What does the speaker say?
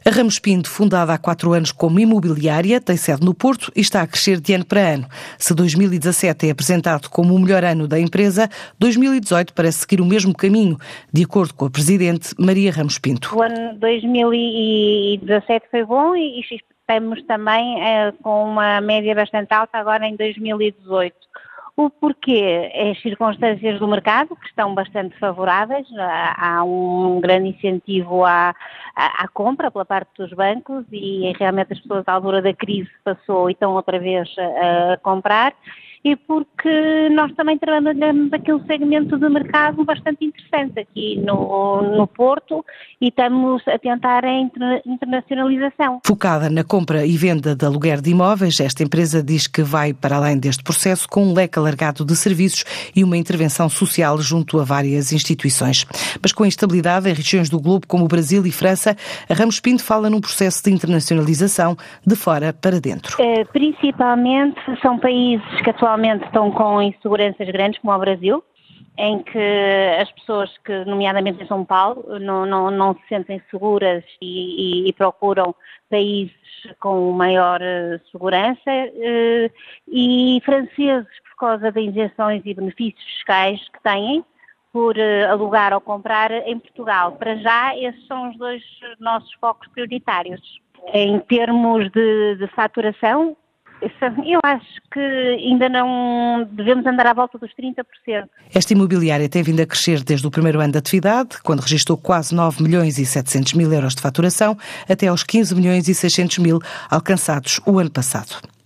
A Ramos Pinto, fundada há 4 anos como imobiliária, tem sede no Porto e está a crescer de ano para ano. Se 2017 é apresentado como o melhor ano da empresa, 2018 parece seguir o mesmo caminho, de acordo com a presidente Maria Ramos Pinto. O ano 2017 foi bom e estamos também com uma média bastante alta agora em 2018. O porquê? As circunstâncias do mercado, que estão bastante favoráveis, há um grande incentivo à compra pela parte dos bancos e realmente as pessoas à altura da crise passou e estão outra vez a comprar, e porque nós também trabalhamos aqui um segmento de mercado bastante interessante aqui no Porto e estamos a tentar a internacionalização. Focada na compra e venda de aluguer de imóveis, esta empresa diz que vai para além deste processo com um leque alargado de serviços e uma intervenção social junto a várias instituições. Mas com a instabilidade em regiões do globo como o Brasil e França, a Ramos Pinto fala num processo de internacionalização de fora para dentro. Principalmente são países que atualmente estão com inseguranças grandes, como o Brasil, em que as pessoas que, nomeadamente em São Paulo, não se sentem seguras e procuram países com maior segurança, e franceses por causa das isenções e benefícios fiscais que têm por alugar ou comprar em Portugal. Para já, esses são os 2 nossos focos prioritários. Em termos de faturação, eu acho que ainda não devemos andar à volta dos 30%. Esta imobiliária tem vindo a crescer desde o primeiro ano de atividade, quando registrou quase 9 milhões e 700 mil euros de faturação, até aos 15 milhões e 600 mil alcançados o ano passado.